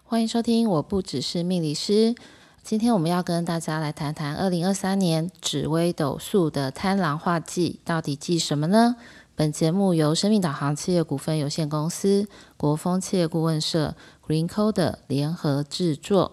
欢迎收听我不只是命理师。今天我们要跟大家来谈谈2023年紫微斗数的贪狼化忌到底忌什么呢？本节目由生命导航企业股份有限公司、国风企业顾问社、Green Code 联合制作。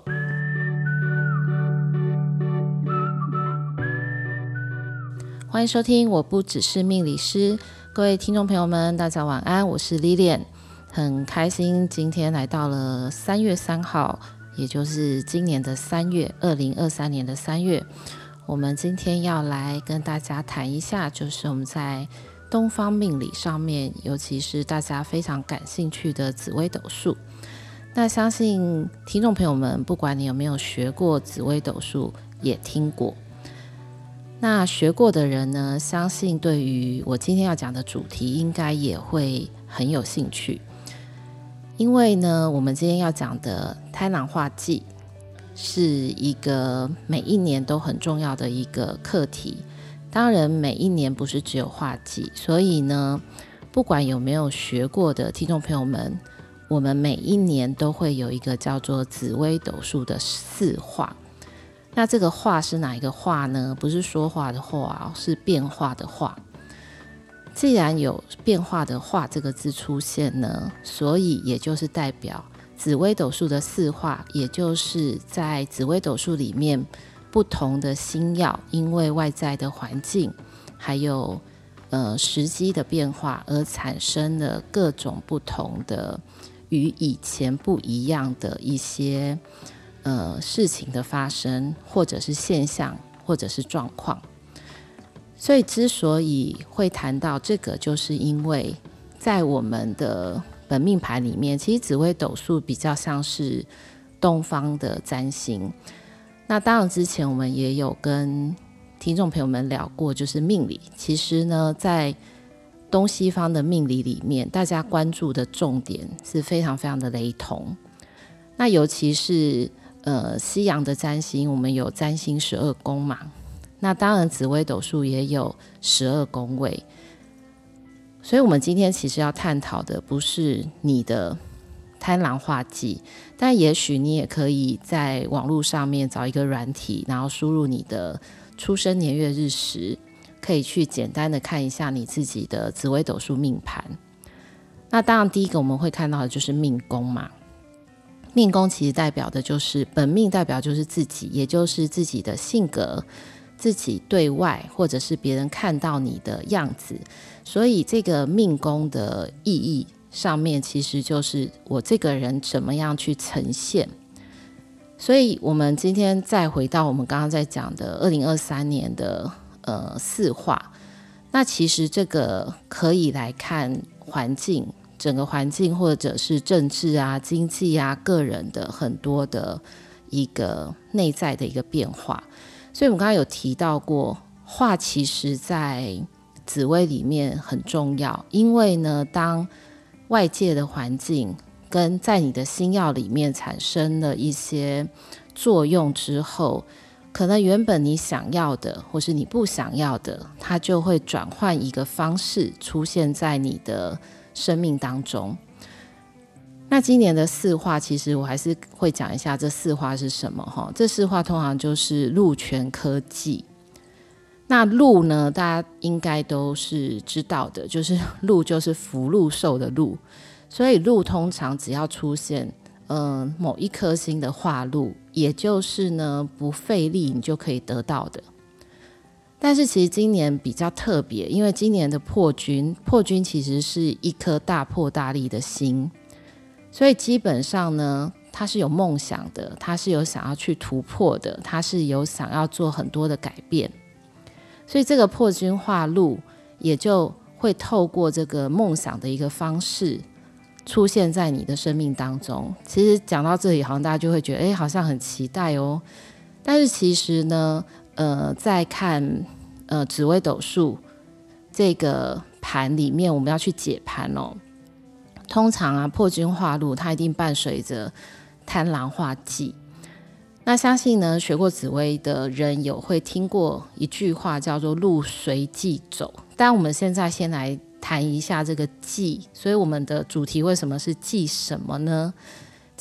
欢迎收听我不只是命理师。各位听众朋友们，大家晚安，我是 Lilian。很开心今天来到了3月3号，也就是今年的3月，2023年的3月。我们今天要来跟大家谈一下，就是我们在东方命理上面，尤其是大家非常感兴趣的紫微斗数。那相信听众朋友们，不管你有没有学过紫微斗数，也听过。那学过的人呢，相信对于我今天要讲的主题，应该也会很有兴趣。因为呢，我们今天要讲的贪狼化忌是一个每一年都很重要的一个课题。当然每一年不是只有化忌，所以呢，不管有没有学过的听众朋友们，我们每一年都会有一个叫做紫微斗数的4化。那这个化是哪一个化呢？不是说话的话，是变化的化。既然有变化的化这个字出现呢，所以也就是代表紫微斗数的4化，也就是在紫微斗数里面不同的星曜，因为外在的环境还有时机的变化而产生了各种不同的与以前不一样的一些事情的发生，或者是现象，或者是状况。所以之所以会谈到这个，就是因为在我们的本命盘里面，其实紫微斗数比较像是东方的占星。那当然之前我们也有跟听众朋友们聊过，就是命理其实呢在东西方的命理里面，大家关注的重点是非常非常的雷同。那尤其是西洋的占星，我们有占星12宫嘛，那当然紫微斗数也有12宫位。所以我们今天其实要探讨的不是你的贪狼化忌，但也许你也可以在网络上面找一个软体，然后输入你的出生年月日时，可以去简单的看一下你自己的紫微斗数命盘。那当然第一个我们会看到的就是命宫嘛。命宫其实代表的就是本命，代表就是自己，也就是自己的性格，自己对外或者是别人看到你的样子。所以这个命宫的意义上面，其实就是我这个人怎么样去呈现。所以我们今天再回到我们刚刚在讲的2023年的4化，那其实这个可以来看环境，整个环境或者是政治啊、经济啊、个人的很多的一个内在的一个变化。所以我们刚刚有提到过，化其实在紫微里面很重要，因为呢，当外界的环境跟在你的星曜里面产生了一些作用之后，可能原本你想要的或是你不想要的，它就会转换一个方式出现在你的生命当中。那今年的4化，其实我还是会讲一下这4化是什么。这4化通常就是禄权科技。那禄呢，大家应该都是知道的，就是禄就是福禄寿的禄，所以禄通常只要出现某一颗星的化禄，也就是呢不费力你就可以得到的。但是其实今年比较特别，因为今年的破军其实是一颗大破大立的星，所以基本上呢他是有梦想的，他是有想要去突破的，他是有想要做很多的改变。所以这个破军化禄也就会透过这个梦想的一个方式出现在你的生命当中。其实讲到这里，好像大家就会觉得好像很期待哦。但是其实呢在看紫微斗数这个盘里面，我们要去解盘哦。通常啊，破军化禄它一定伴随着贪狼化忌。那相信呢，学过紫微的人有会听过一句话叫做禄随忌走。但我们现在先来谈一下这个忌，所以我们的主题为什么是忌什么呢？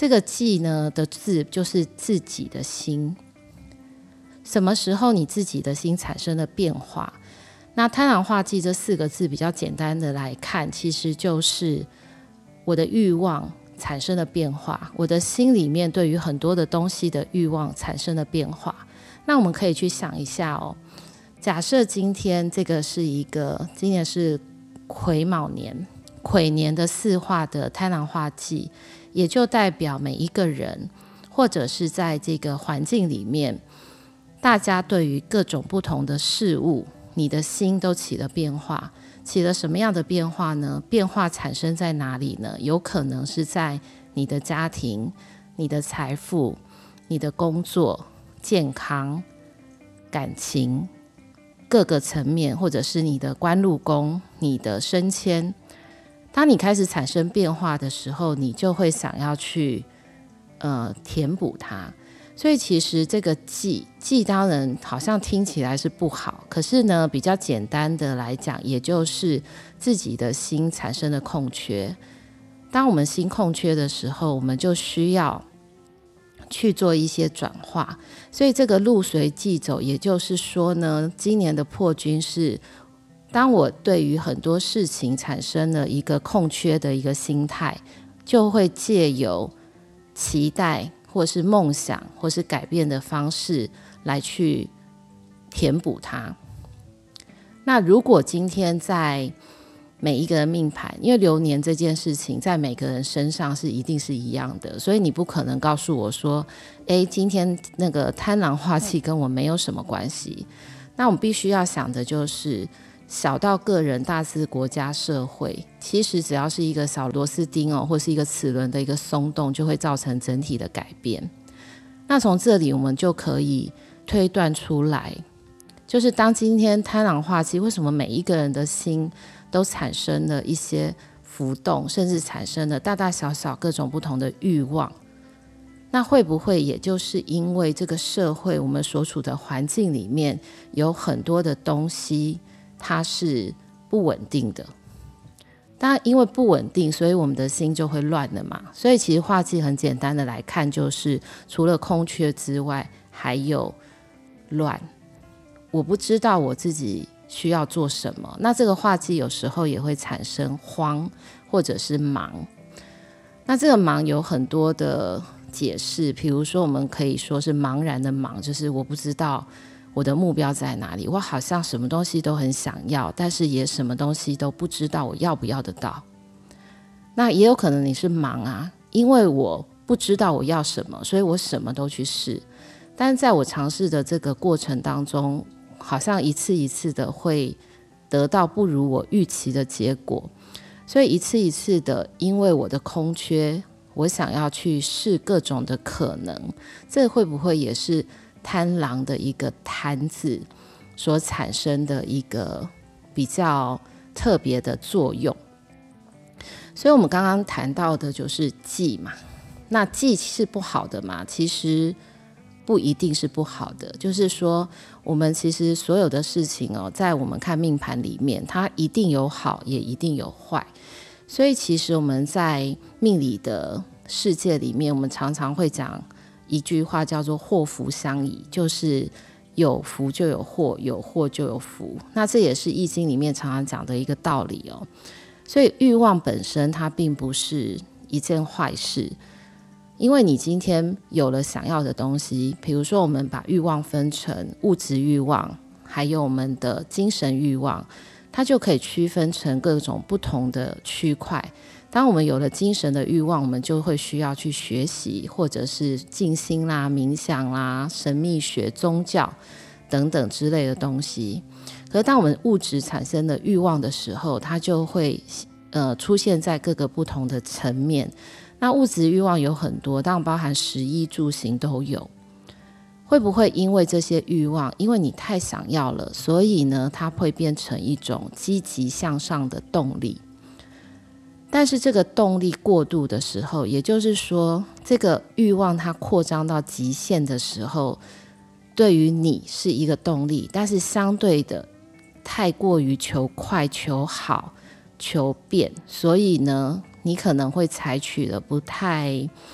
这个寂呢的字就是自己的心。什么时候你自己的心产生了变化？那贪狼化忌这4个字比较简单的来看，其实就是我的欲望产生了变化，我的心里面对于很多的东西的欲望产生了变化。那我们可以去想一下哦，假设今天这个是今年是癸卯年，癸年的4化的贪狼化忌，也就代表每一个人或者是在这个环境里面，大家对于各种不同的事物，你的心都起了变化。起了什么样的变化呢？变化产生在哪里呢？有可能是在你的家庭、你的财富、你的工作、健康、感情各个层面，或者是你的官禄宫、你的升迁。当你开始产生变化的时候，你就会想要去填补它。所以其实这个忌当然好像听起来是不好，可是呢比较简单的来讲，也就是自己的心产生了空缺。当我们心空缺的时候，我们就需要去做一些转化。所以这个路随忌走，也就是说呢，今年的破军是当我对于很多事情产生了一个空缺的一个心态，就会借由期待或是梦想或是改变的方式来去填补它。那如果今天在每一个人命盘，因为流年这件事情在每个人身上是一定是一样的，所以你不可能告诉我说今天那个贪狼化忌跟我没有什么关系。那我们必须要想的就是小到个人，大至国家社会，其实只要是一个小螺丝钉或是一个齿轮的一个松动，就会造成整体的改变。那从这里我们就可以推断出来，就是当今天贪狼化忌，为什么每一个人的心都产生了一些浮动，甚至产生了大大小小各种不同的欲望？那会不会也就是因为这个社会我们所处的环境里面有很多的东西它是不稳定的？当然因为不稳定，所以我们的心就会乱了嘛。所以其实化忌很简单的来看，就是除了空缺之外还有乱。我不知道我自己需要做什么，那这个化忌有时候也会产生慌或者是忙。那这个忙有很多的解释，比如说我们可以说是茫然的茫，就是我不知道我的目标在哪里，我好像什么东西都很想要，但是也什么东西都不知道我要不要得到。那也有可能你是忙啊，因为我不知道我要什么，所以我什么都去试，但是在我尝试的这个过程当中，好像一次一次的会得到不如我预期的结果，所以一次一次的因为我的空缺，我想要去试各种的可能。这会不会也是贪狼的一个贪字所产生的一个比较特别的作用？所以我们刚刚谈到的就是忌嘛，那忌是不好的嘛？其实不一定是不好的，就是说我们其实所有的事情在我们看命盘里面，它一定有好也一定有坏。所以其实我们在命理的世界里面，我们常常会讲一句话叫做祸福相依，就是有福就有祸，有祸就有福。那这也是易经里面常常讲的一个道理所以欲望本身它并不是一件坏事，因为你今天有了想要的东西，比如说我们把欲望分成物质欲望还有我们的精神欲望，它就可以区分成各种不同的区块。当我们有了精神的欲望，我们就会需要去学习或者是静心啦、冥想啦、神秘学、宗教等等之类的东西。可是当我们物质产生的欲望的时候，它就会出现在各个不同的层面。那物质欲望有很多，当然包含食衣住行都有。会不会因为这些欲望，因为你太想要了，所以呢它会变成一种积极向上的动力？但是这个动力过度的时候，也就是说这个欲望它扩张到极限的时候，对于你是一个动力，但是相对的太过于求快、求好、求变，所以呢你可能会采取了不太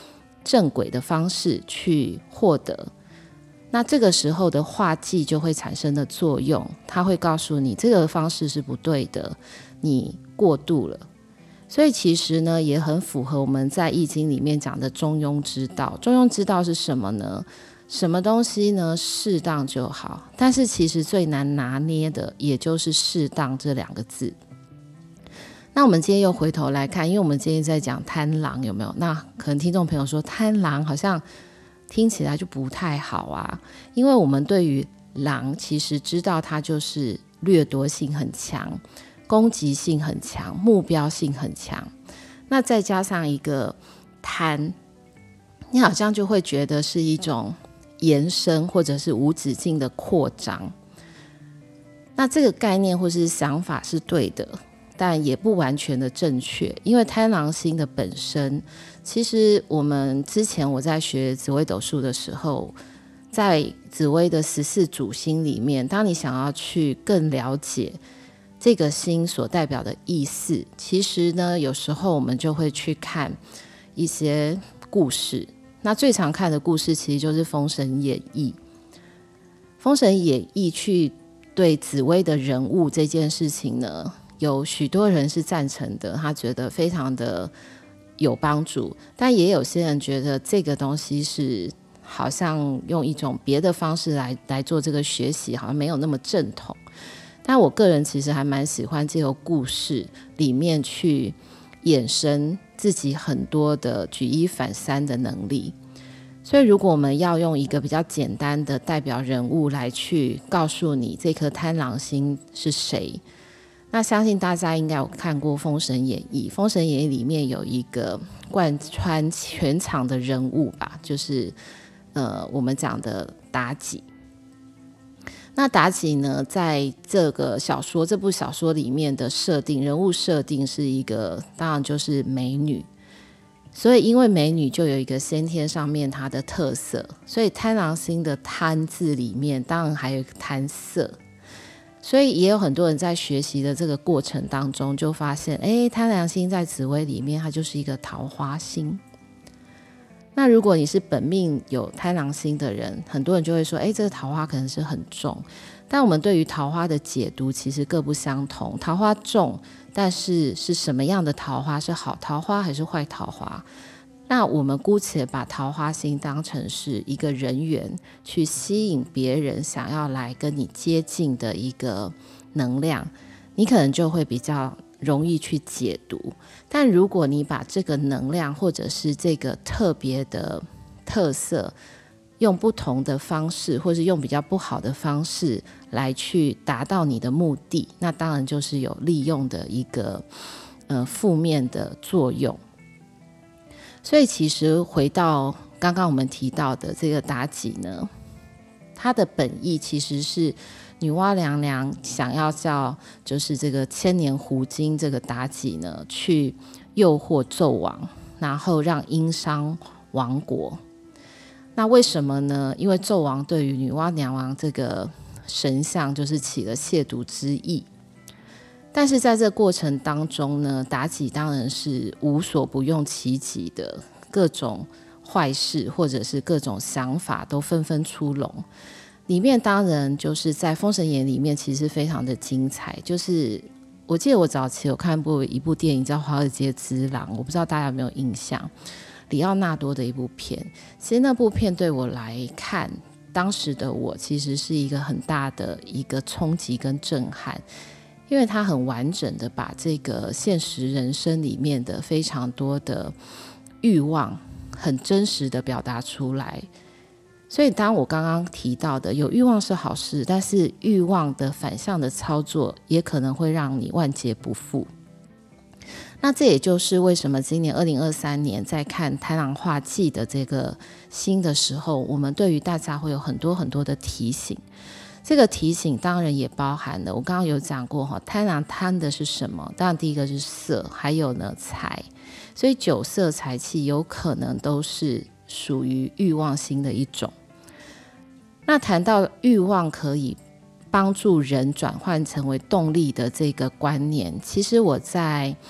正轨的方式去获得。那这个时候的化忌就会产生的作用，它会告诉你这个方式是不对的，你过度了。所以其实呢，也很符合我们在易经里面讲的中庸之道。中庸之道是什么呢？什么东西呢？适当就好。但是其实最难拿捏的，也就是适当这2个字。那我们今天又回头来看，因为我们今天在讲贪狼，有没有？那可能听众朋友说，贪狼好像听起来就不太好啊，因为我们对于狼其实知道它就是掠夺性很强，攻击性很强，目标性很强。那再加上一个贪，你好像就会觉得是一种延伸或者是无止境的扩张。那这个概念或是想法是对的，但也不完全的正确，因为贪狼星的本身，其实我们之前我在学紫微斗数的时候，在紫微的14主星里面，当你想要去更了解这个星所代表的意思，其实呢，有时候我们就会去看一些故事。那最常看的故事其实就是《封神演义》。《封神演义》去对紫微的人物这件事情呢，有许多人是赞成的，他觉得非常的有帮助，但也有些人觉得这个东西是好像用一种别的方式来做这个学习，好像没有那么正统。但我个人其实还蛮喜欢借由故事里面去衍生自己很多的举一反三的能力。所以如果我们要用一个比较简单的代表人物来去告诉你这颗贪狼星是谁，那相信大家应该有看过《封神演义》。《封神演义》里面有一个贯穿全场的人物吧，就是我们讲的妲己。那妲己呢，在这部小说里面的设定，人物设定是一个，当然就是美女。所以因为美女就有一个先天上面它的特色，所以贪狼星的贪字里面当然还有一个贪色。所以也有很多人在学习的这个过程当中就发现，贪狼星在紫微里面它就是一个桃花星。那如果你是本命有贪狼星的人，很多人就会说，这个桃花可能是很重。但我们对于桃花的解读其实各不相同，桃花重，但是是什么样的桃花，是好桃花还是坏桃花？那我们姑且把桃花星当成是一个人缘，去吸引别人想要来跟你接近的一个能量，你可能就会比较容易去解读。但如果你把这个能量或者是这个特别的特色用不同的方式，或是用比较不好的方式来去达到你的目的，那当然就是有利用的一个负面的作用。所以其实回到刚刚我们提到的这个妲己呢，她的本意其实是女娲娘娘想要叫就是这个千年狐精这个妲己呢，去诱惑纣王，然后让殷商亡国。那为什么呢？因为纣王对于女娲娘娘这个神像就是起了亵渎之意。但是在这个过程当中呢，妲己当然是无所不用其极的，各种坏事或者是各种想法都纷纷出笼。里面当然就是在《封神演》里面其实非常的精彩，就是我记得我早期有看过一部电影叫《华尔街之狼》，我不知道大家有没有印象，里奥纳多的一部片。其实那部片对我来看，当时的我其实是一个很大的一个冲击跟震撼，因为它很完整的把这个现实人生里面的非常多的欲望很真实的表达出来。所以当我刚刚提到的有欲望是好事，但是欲望的反向的操作也可能会让你万劫不复。那这也就是为什么今年2023年在看贪狼化忌的这个星的时候，我们对于大家会有很多很多的提醒。这个提醒当然也包含了我刚刚有讲过，贪狼贪的是什么？当然第一个是色，还有呢财。所以酒色财气有可能都是属于欲望星的一种。那谈到欲望可以帮助人转换成为动力的这个观念，其实我在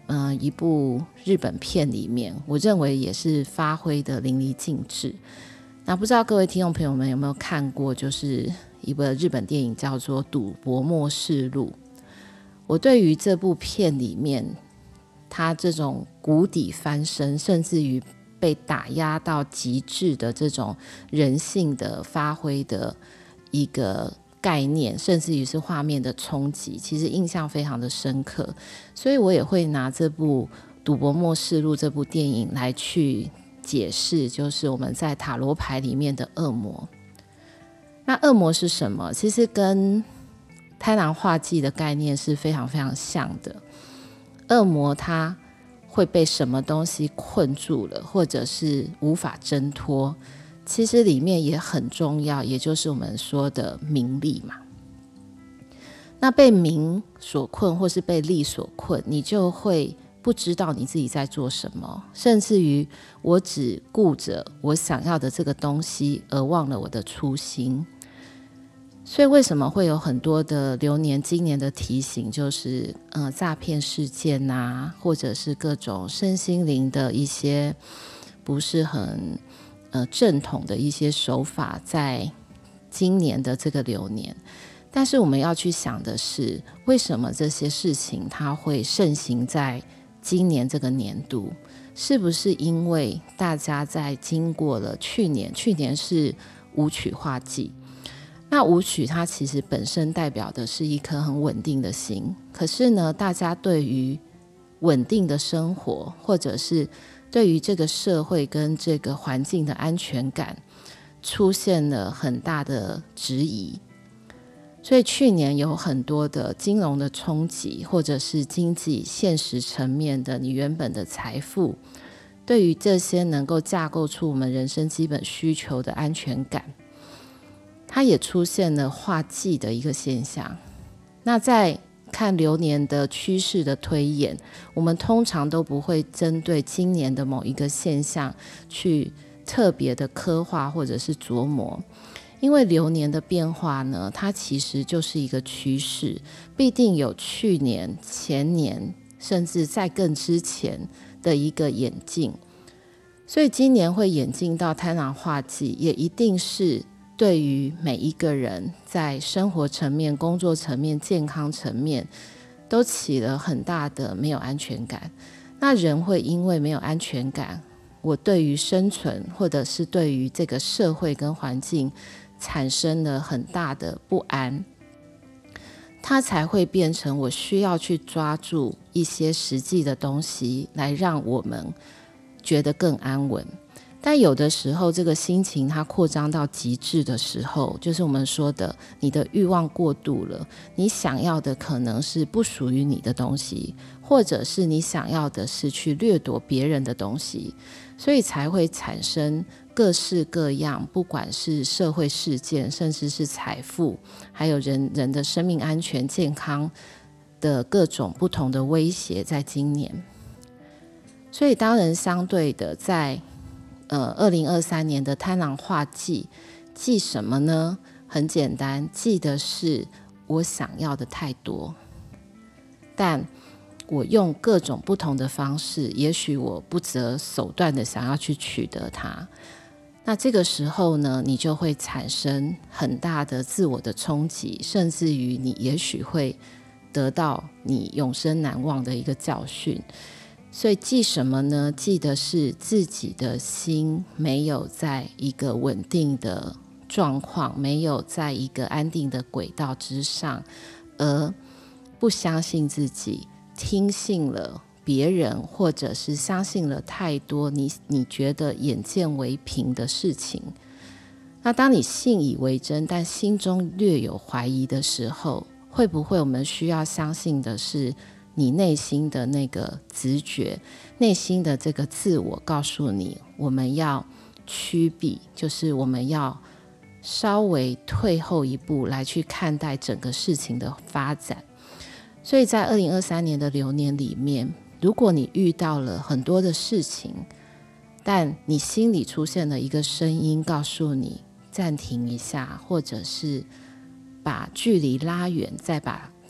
一部日本片里面，我认为也是发挥的淋漓尽致。那不知道各位听众朋友们有没有看过，就是一部日本电影叫做《赌博默示录》。我对于这部片里面他这种谷底翻身，甚至于被打压到极致的这种人性的发挥的一个概念，甚至于是画面的冲击，其实印象非常的深刻。所以我也会拿这部《赌博默示录》这部电影来去解释，就是我们在塔罗牌里面的恶魔。那恶魔是什么？其实跟贪狼化忌的概念是非常非常像的。恶魔它会被什么东西困住了，或者是无法挣脱，其实里面也很重要，也就是我们说的名利嘛。那被名所困或是被利所困，你就会不知道你自己在做什么，甚至于我只顾着我想要的这个东西，而忘了我的初心。所以为什么会有很多的流年今年的提醒，就是诈骗事件啊，或者是各种身心灵的一些不是很正统的一些手法，在今年的这个流年。但是我们要去想的是，为什么这些事情它会盛行在今年这个年度？是不是因为大家在经过了去年是武曲化忌，那武曲它其实本身代表的是一颗很稳定的心，可是呢，大家对于稳定的生活，或者是对于这个社会跟这个环境的安全感，出现了很大的质疑。所以去年有很多的金融的冲击，或者是经济现实层面的你原本的财富，对于这些能够架构出我们人生基本需求的安全感，它也出现了化忌的一个现象。那在看流年的趋势的推演，我们通常都不会针对今年的某一个现象去特别的刻画或者是琢磨，因为流年的变化呢，它其实就是一个趋势，必定有去年、前年，甚至在更之前的一个演进。所以今年会演进到贪狼化忌，也一定是对于每一个人在生活层面、工作层面、健康层面都起了很大的没有安全感。那人会因为没有安全感，我对于生存或者是对于这个社会跟环境产生了很大的不安，它才会变成我需要去抓住一些实际的东西来让我们觉得更安稳。但有的时候这个心情它扩张到极致的时候，就是我们说的你的欲望过度了，你想要的可能是不属于你的东西，或者是你想要的是去掠夺别人的东西，所以才会产生各式各样，不管是社会事件，甚至是财富，还有人的生命安全健康的各种不同的威胁在今年。所以当然相对的在2023年的贪狼化忌，忌什么呢？很简单，忌的是我想要的太多，但我用各种不同的方式，也许我不择手段的想要去取得它。那这个时候呢，你就会产生很大的自我的冲击，甚至于你也许会得到你永生难忘的一个教训。所以忌什么呢？忌的是自己的心没有在一个稳定的状况，没有在一个安定的轨道之上，而不相信自己，听信了别人，或者是相信了太多你觉得眼见为凭的事情。那当你信以为真，但心中略有怀疑的时候，会不会我们需要相信的是你内心的那个直觉，内心的这个自我告诉你，我们要趋避，就是我们要稍微退后一步来去看待整个事情的发展。所以在2023年的流年里面，如果你遇到了很多的事情，但你心里出现了一个声音告诉你暂停一下，或者是把距离拉远，再把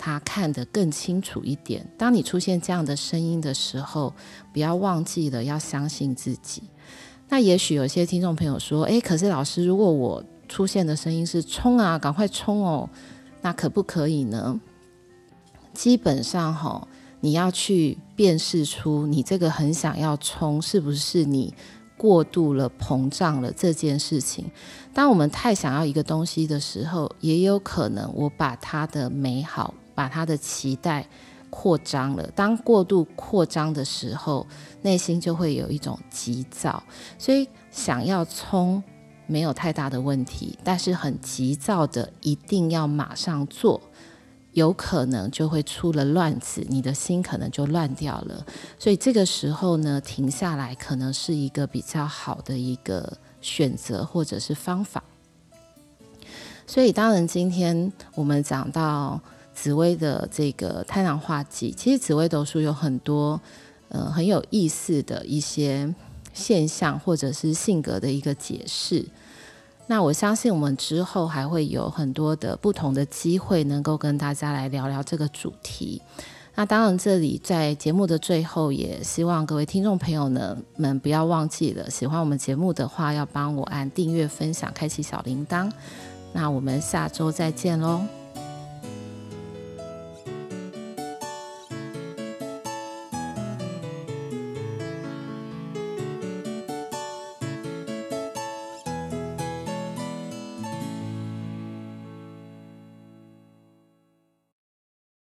它看得更清楚一点。当你出现这样的声音的时候，不要忘记了要相信自己。那也许有些听众朋友说，可是老师，如果我出现的声音是冲啊，赶快冲哦，那可不可以呢？基本上你要去辨识出你这个很想要冲是不是你过度了膨胀了这件事情。当我们太想要一个东西的时候，也有可能我把它的美好，把它的期待扩张了。当过度扩张的时候，内心就会有一种急躁。所以想要冲没有太大的问题，但是很急躁的一定要马上做，有可能就会出了乱子，你的心可能就乱掉了。所以这个时候呢，停下来可能是一个比较好的一个选择或者是方法。所以当然今天我们讲到紫微的这个太阳化忌，其实紫微斗数有很多很有意思的一些现象或者是性格的一个解释。那我相信我们之后还会有很多的不同的机会能够跟大家来聊聊这个主题。那当然这里在节目的最后，也希望各位听众朋友们不要忘记了，喜欢我们节目的话要帮我按订阅、分享、开启小铃铛。那我们下周再见咯。